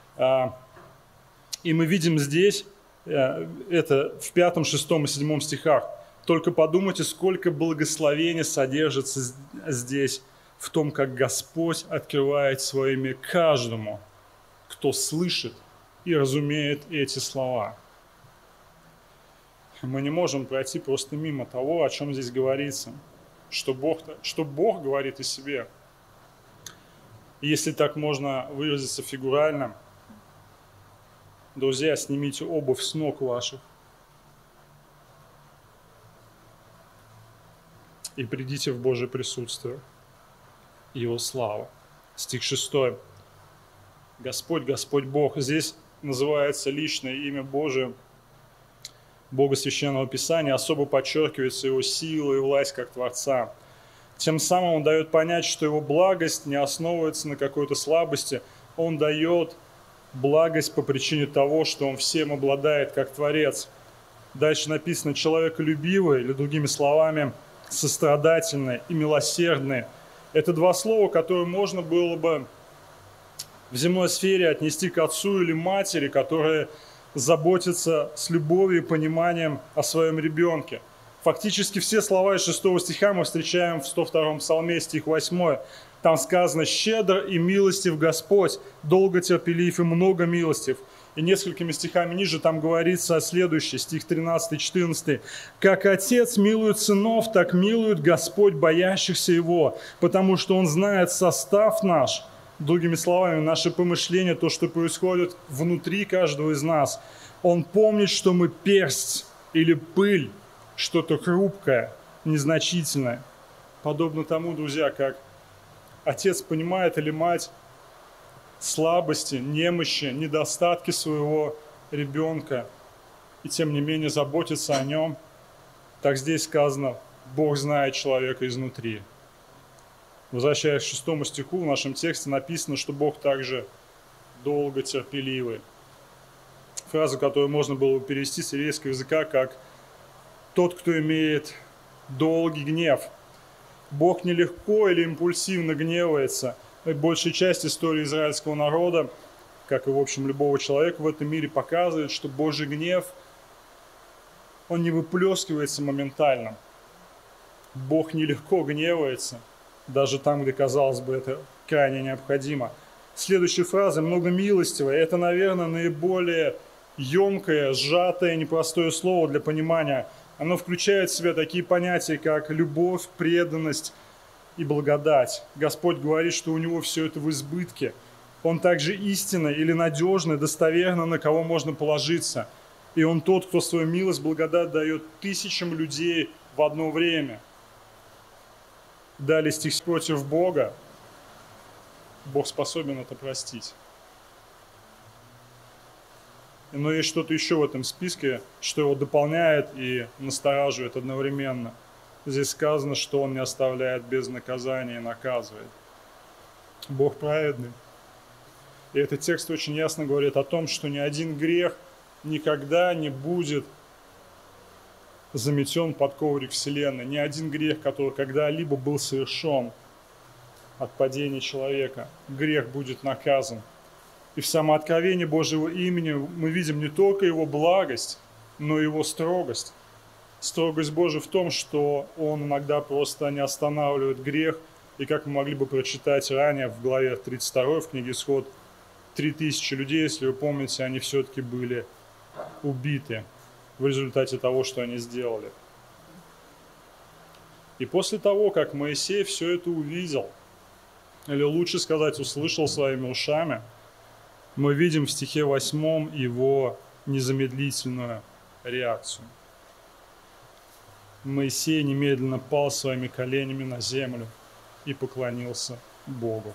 И мы видим здесь, это в 5, 6 и 7 стихах. Только подумайте, сколько благословения содержится здесь, в том, как Господь открывает свое имя каждому, кто слышит и разумеет эти слова. Мы не можем пройти просто мимо того, о чем здесь говорится, что Бог говорит о себе. И если так можно выразиться фигурально, друзья, снимите обувь с ног ваших и придите в Божье присутствие, Его славу. Стих 6. Господь, Господь Бог. Здесь называется личное имя Божие, Бога Священного Писания, особо подчеркивается Его сила и власть как Творца. Тем самым Он дает понять, что Его благость не основывается на какой-то слабости. Он дает благость по причине того, что Он всем обладает как Творец. Дальше написано «человеколюбивый», или другими словами, сострадательный и милосердный. Это два слова, которые можно было бы в земной сфере отнести к отцу или матери, которые заботятся с любовью и пониманием о своем ребенке. Фактически все слова из 6 стиха мы встречаем в 102 псалме, стих 8. Там сказано: «Щедр и милостив Господь, долго терпелив и много милостив». И несколькими стихами ниже там говорится следующее, стих 13-14. «Как Отец милует сынов, так милует Господь боящихся Его, потому что Он знает состав наш». Другими словами, наши помышления, то, что происходит внутри каждого из нас. Он помнит, что мы персть или пыль, что-то хрупкое, незначительное. Подобно тому, друзья, как отец понимает или мать слабости, немощи, недостатки своего ребенка, и тем не менее заботится о нем, так здесь сказано: Бог знает человека изнутри. Возвращаясь к 6 стиху, в нашем тексте написано, что Бог также долго терпеливый. Фразу, которую можно было бы перевести с еврейского языка как «тот, кто имеет долгий гнев». Бог нелегко или импульсивно гневается. И большая часть истории израильского народа, как и, в общем, любого человека в этом мире, показывает, что Божий гнев, он не выплескивается моментально. Бог нелегко гневается, даже там, где, казалось бы, это крайне необходимо. Следующая фраза «много милостивая» – это, наверное, наиболее емкое, сжатое, непростое слово для понимания. Оно включает в себя такие понятия, как любовь, преданность и благодать. Господь говорит, что у Него все это в избытке. Он также истинно или надежно, достоверно, на кого можно положиться. И Он тот, кто свою милость, благодать дает тысячам людей в одно время. Далее стих против Бога. Бог способен это простить. Но есть что-то еще в этом списке, что его дополняет и настораживает одновременно. Здесь сказано, что Он не оставляет без наказания и наказывает. Бог праведный. И этот текст очень ясно говорит о том, что ни один грех никогда не будет заметен под коврик вселенной. Ни один грех, который когда-либо был совершен от падения человека, грех будет наказан. И в самооткровении Божьего имени мы видим не только Его благость, но и Его строгость. Строгость Божия в том, что Он иногда просто не останавливает грех. И как мы могли бы прочитать ранее в главе 32 в книге Исход, 3000 людей, если вы помните, они все-таки были убиты в результате того, что они сделали. И после того, как Моисей все это увидел, или лучше сказать, услышал своими ушами, мы видим в стихе 8 его незамедлительную реакцию. Моисей немедленно пал своими коленями на землю и поклонился Богу.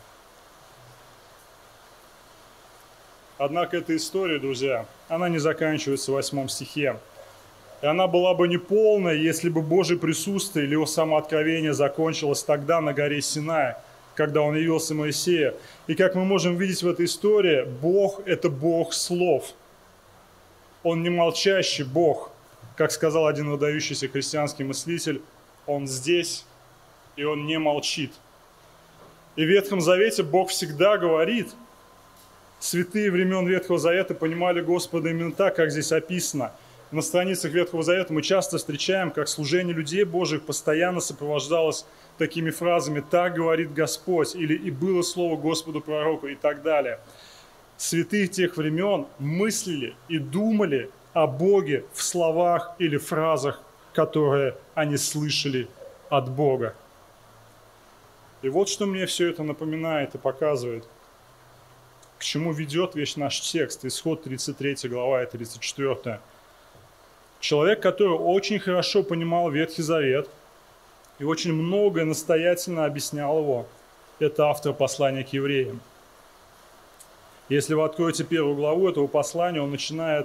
Однако эта история, друзья, она не заканчивается в 8 стихе. И она была бы неполной, если бы Божье присутствие или его самооткровение закончилось тогда на горе Синай, когда он явился Моисею. И как мы можем видеть в этой истории, Бог – это Бог слов. Он не молчащий Бог. Как сказал один выдающийся христианский мыслитель, Он здесь, и Он не молчит. И в Ветхом Завете Бог всегда говорит. Святые времен Ветхого Завета понимали Господа именно так, как здесь описано. На страницах Ветхого Завета мы часто встречаем, как служение людей Божьих постоянно сопровождалось такими фразами: «Так говорит Господь», или «И было слово Господу пророку», и так далее. Святые тех времен мыслили и думали о Боге в словах или фразах, которые они слышали от Бога. И вот что мне все это напоминает и показывает, к чему ведет весь наш текст, Исход 33 глава и 34. Человек, который очень хорошо понимал Ветхий Завет и очень многое настоятельно объяснял его, это автор послания к евреям. Если вы откроете 1 главу этого послания, он начинает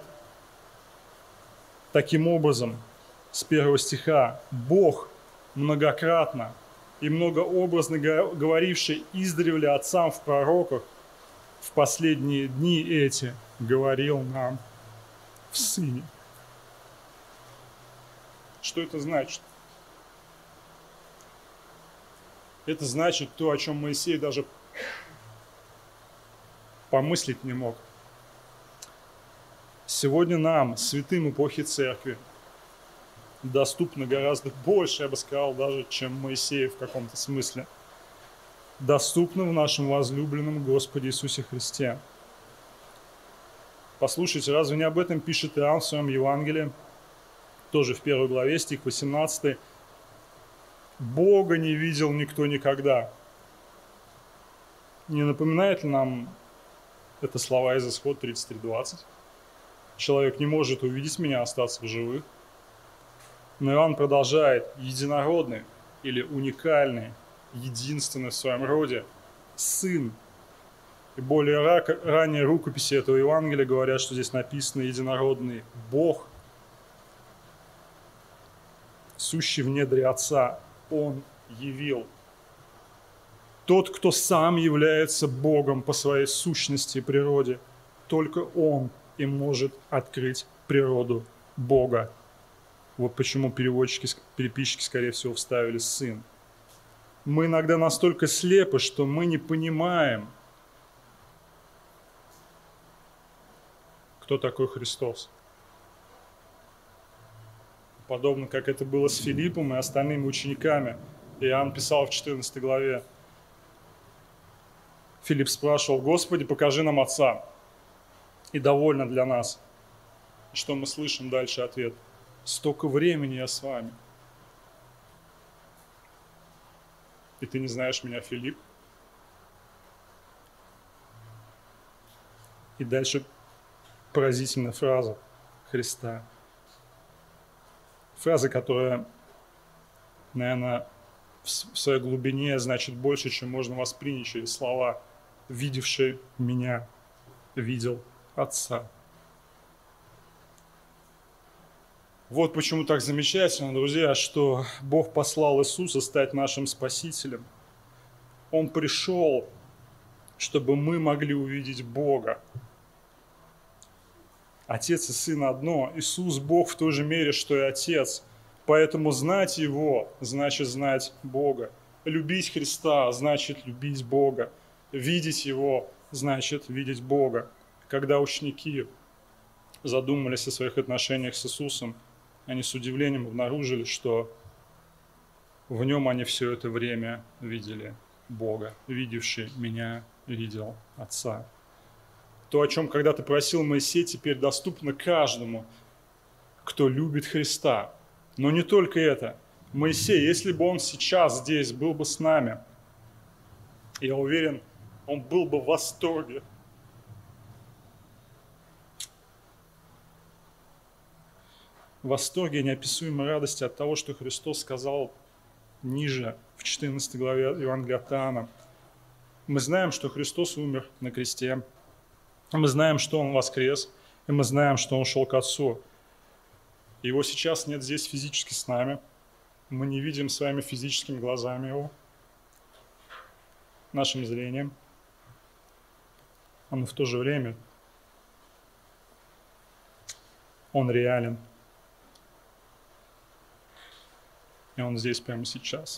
таким образом, с 1 стиха: «Бог, многократно и многообразно говоривший издревле отцам в пророках, в последние дни эти говорил нам в Сыне». Что это значит? Это значит то, о чем Моисей даже помыслить не мог. Сегодня нам, святым эпохи Церкви, доступно гораздо больше, я бы сказал, даже, чем Моисею в каком-то смысле. Доступно в нашем возлюбленном Господе Иисусе Христе. Послушайте, разве не об этом пишет Иоанн в своем Евангелии? Тоже в 1 главе, стих 18. «Бога не видел никто никогда». Не напоминает ли нам это слова из Исход 33:20? Человек не может увидеть меня, остаться в живых. Но Иоанн продолжает: единородный или уникальный, единственный в своем роде Сын. И более ранние рукописи этого Евангелия говорят, что здесь написано единородный Бог, сущий в недре Отца. Он явил. Тот, кто сам является Богом по своей сущности и природе, только Он и может открыть природу Бога. Вот почему переписчики, скорее всего, вставили «сын». Мы иногда настолько слепы, что мы не понимаем, кто такой Христос. Подобно как это было с Филиппом и остальными учениками. Иоанн писал в 14 главе. Филипп спрашивал: «Господи, покажи нам Отца, и довольно для нас». И что мы слышим дальше? Ответ: «Столько времени я с вами, и ты не знаешь меня, Филипп?» И дальше поразительная фраза Христа. Фраза, которая, наверное, в своей глубине значит больше, чем можно воспринять через слова: «Видевший меня видел Отца». Вот почему так замечательно, друзья, что Бог послал Иисуса стать нашим Спасителем. Он пришел, чтобы мы могли увидеть Бога. Отец и Сын одно. Иисус Бог в той же мере, что и Отец. Поэтому знать Его значит знать Бога. Любить Христа значит любить Бога. Видеть Его значит видеть Бога. Когда ученики задумались о своих отношениях с Иисусом, они с удивлением обнаружили, что в Нем они все это время видели Бога. Видевший меня видел Отца. То, о чем когда-то просил Моисей, теперь доступно каждому, кто любит Христа. Но не только это. Моисей, если бы он сейчас здесь был бы с нами, я уверен, он был бы в восторге. В восторге и неописуемой радости от того, что Христос сказал ниже, в 14 главе Евангелия от Иоанна. Мы знаем, что Христос умер на кресте. Мы знаем, что Он воскрес. И мы знаем, что Он шел к Отцу. Его сейчас нет здесь физически с нами. Мы не видим своими физическими глазами Его, нашим зрением. Но в то же время Он реален. И Он здесь прямо сейчас.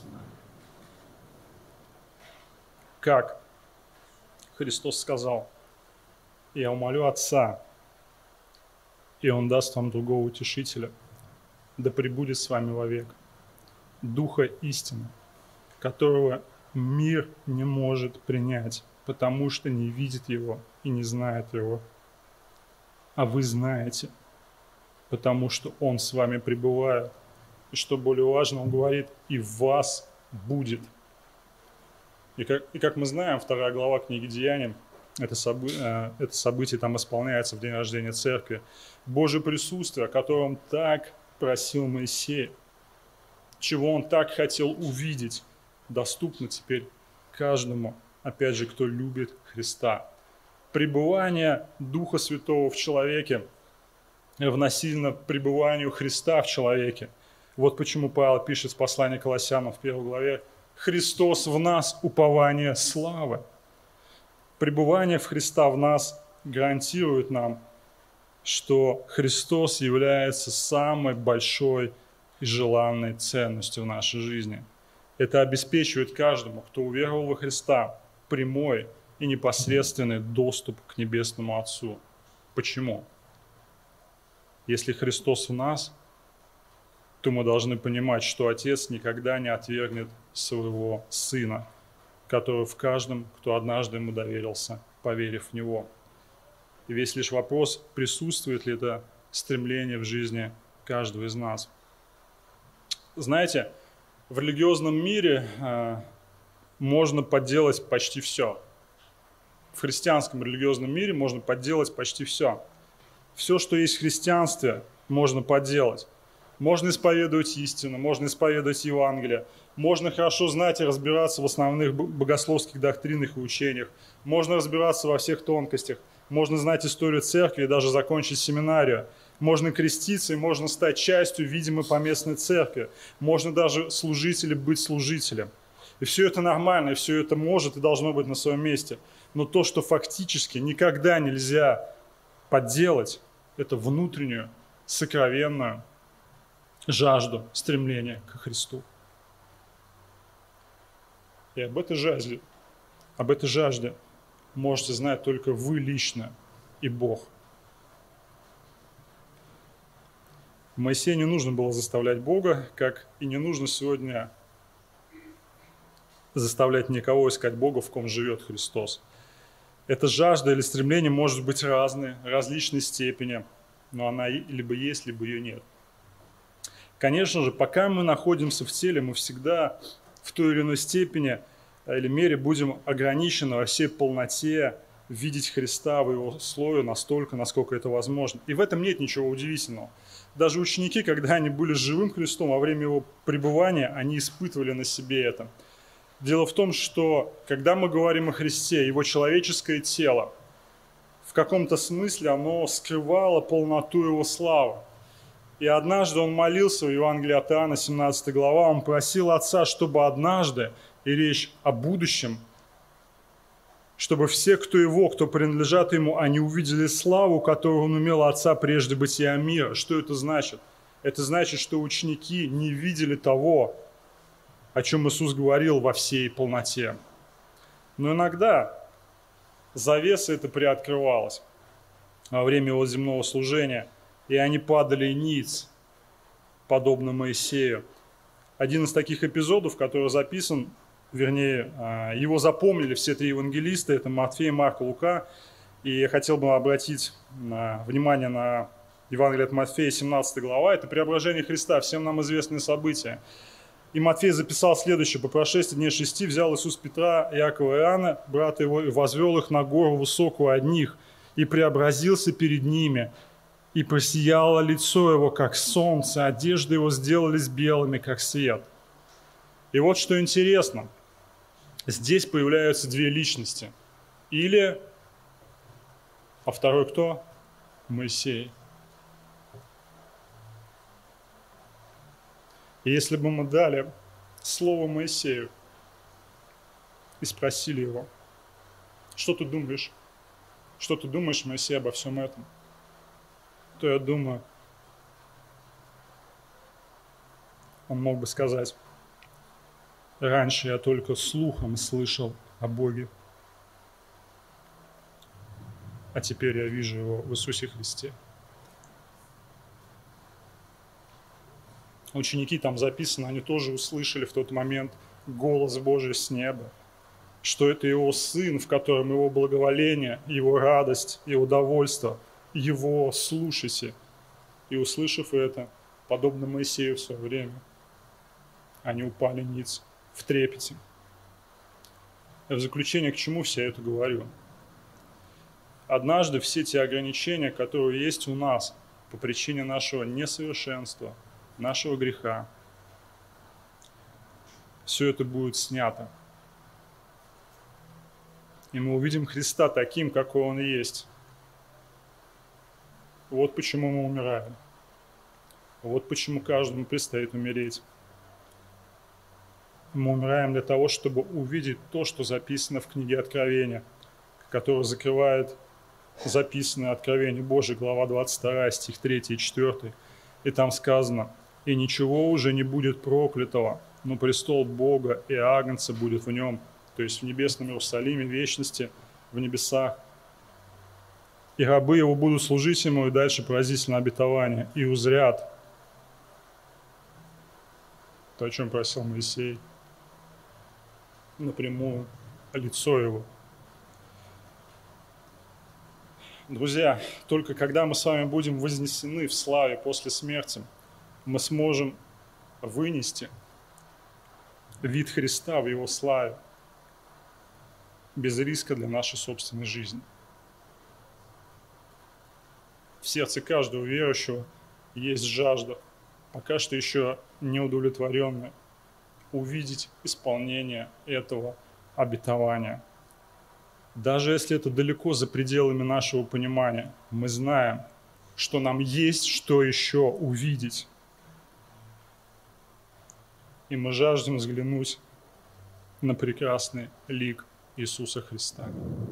Как Христос сказал: «Я умолю Отца, и Он даст вам другого утешителя, да пребудет с вами вовек, Духа истины, которого мир не может принять, потому что не видит Его и не знает Его. А вы знаете, потому что Он с вами пребывает». И что более важно, Он говорит: «И в вас будет». И как мы знаем, 2 глава книги Деяний, это событие там исполняется в день рождения церкви. Божье присутствие, о котором так просил Моисей, чего он так хотел увидеть, доступно теперь каждому, опять же, кто любит Христа. Пребывание Духа Святого в человеке равносильно пребыванию Христа в человеке. Вот почему Павел пишет в послании к Колоссянам в 1 главе: «Христос в нас, упование славы». Пребывание в Христа в нас гарантирует нам, что Христос является самой большой и желанной ценностью в нашей жизни. Это обеспечивает каждому, кто уверовал во Христа, прямой и непосредственный доступ к Небесному Отцу. Почему? Если Христос в нас, то мы должны понимать, что Отец никогда не отвергнет своего Сына, который в каждом, кто однажды ему доверился, поверив в Него. И весь лишь вопрос, присутствует ли это стремление в жизни каждого из нас. Знаете, в религиозном мире можно подделать почти все. В христианском религиозном мире можно подделать почти все. Все, что есть в христианстве, можно подделать. Можно исповедовать истину, можно исповедовать Евангелие, можно хорошо знать и разбираться в основных богословских доктринах и учениях, можно разбираться во всех тонкостях, можно знать историю церкви и даже закончить семинарию, можно креститься и можно стать частью видимой поместной церкви, можно даже служить или быть служителем. И все это нормально, и все это может и должно быть на своем месте. Но то, что фактически никогда нельзя подделать, это внутреннюю, сокровенную жажду, стремление к Христу. И об этой жажде можете знать только вы лично и Бог. Моисею не нужно было заставлять Бога, как и не нужно сегодня заставлять никого искать Бога, в ком живет Христос. Эта жажда или стремление может быть различной степени, но она либо есть, либо ее нет. Конечно же, пока мы находимся в теле, мы всегда в той или иной степени или мере будем ограничены во всей полноте видеть Христа в Его слове настолько, насколько это возможно. И в этом нет ничего удивительного. Даже ученики, когда они были с живым Христом, во время Его пребывания, они испытывали на себе это. Дело в том, что когда мы говорим о Христе, Его человеческое тело, в каком-то смысле оно скрывало полноту Его славы. И однажды он молился в Евангелии от Иоанна, 17 глава, он просил Отца, чтобы однажды, и речь о будущем, чтобы все, кто принадлежат Ему, они увидели славу, которую Он имел от Отца прежде бытия мира. Что это значит? Это значит, что ученики не видели того, о чем Иисус говорил во всей полноте. Но иногда завеса эта приоткрывалась во время Его земного служения, и они падали ниц, подобно Моисею. Один из таких эпизодов, который записан, вернее, его запомнили все три евангелиста, это Матфей, Марк и Лука. И я хотел бы обратить внимание на Евангелие от Матфея, 17 глава. Это преображение Христа, всем нам известные события. И Матфей записал следующее. «По прошествии дней 6 взял Иисус Петра, Иакова и Иоанна, брата его, и возвел их на гору высокую одних, и преобразился перед ними. И просияло лицо его, как солнце, одежды его сделались белыми, как свет». И вот что интересно. Здесь появляются две личности. Илия, а второй кто? Моисей. И если бы мы дали слово Моисею и спросили его, что ты думаешь? Что ты думаешь, Моисей, обо всем этом? То я думаю, он мог бы сказать: раньше я только слухом слышал о Боге, а теперь я вижу Его в Иисусе Христе. Ученики там записаны, они тоже услышали в тот момент голос Божий с неба, что это Его Сын, в котором Его благоволение, Его радость, Его довольство, Его слушайте. И услышав это, подобно Моисею в свое время, они упали ниц в трепете. И в заключение, к чему все это говорю? Однажды все те ограничения, которые есть у нас по причине нашего несовершенства, нашего греха, все это будет снято. И мы увидим Христа таким, какой Он есть. Вот почему мы умираем. Вот почему каждому предстоит умереть. Мы умираем для того, чтобы увидеть то, что записано в книге Откровения, которое закрывает записанное Откровение Божие, глава 22, стих 3 и 4. И там сказано: «И ничего уже не будет проклятого, но престол Бога и Агнца будет в нем», то есть в небесном Иерусалиме, в вечности, в небесах. «И рабы его будут служить ему», и дальше поразительное обетование, «и узрят то, о чем просил Моисей, напрямую, лицо его. Друзья, только когда мы с вами будем вознесены в славе после смерти, мы сможем вынести вид Христа в Его славе без риска для нашей собственной жизни. В сердце каждого верующего есть жажда, пока что еще не удовлетворенная, увидеть исполнение этого обетования. Даже если это далеко за пределами нашего понимания, мы знаем, что нам есть что еще увидеть. И мы жаждем взглянуть на прекрасный лик Иисуса Христа.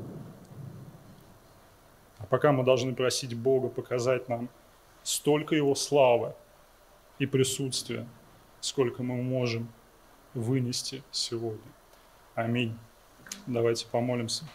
А пока мы должны просить Бога показать нам столько Его славы и присутствия, сколько мы можем вынести сегодня. Аминь. Давайте помолимся.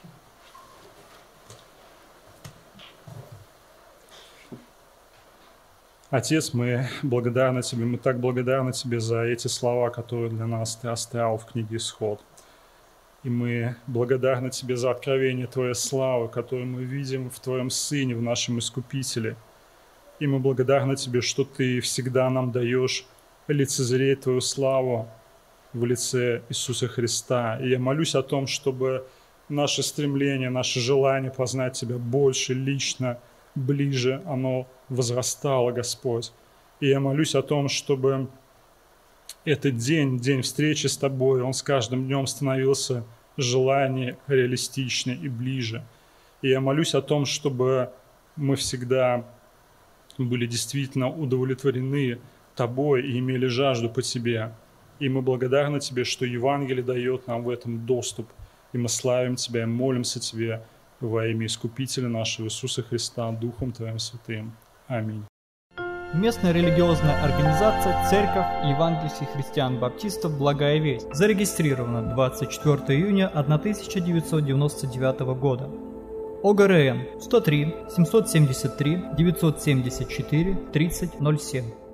Отец, мы благодарны Тебе, мы так благодарны Тебе за эти слова, которые для нас Ты оставил в книге «Исход». И мы благодарны Тебе за откровение Твоей славы, которую мы видим в Твоем Сыне, в нашем Искупителе. И мы благодарны Тебе, что Ты всегда нам даешь лицезреть Твою славу в лице Иисуса Христа. И я молюсь о том, чтобы наше стремление, наше желание познать Тебя больше, лично, ближе, оно возрастало, Господь. И я молюсь о том, чтобы этот день встречи с Тобой, он с каждым днем становился желание реалистичнее и ближе. И я молюсь о том, чтобы мы всегда были действительно удовлетворены Тобой и имели жажду по Тебе. И мы благодарны Тебе, что Евангелие дает нам в этом доступ. И мы славим Тебя и молимся Тебе во имя Искупителя нашего Иисуса Христа, Духом Твоим Святым. Аминь. Местная религиозная организация «Церковь евангельских христиан-баптистов Благая Весть» зарегистрирована 24 июня 1999 года. ОГРН 103 773 974 3007.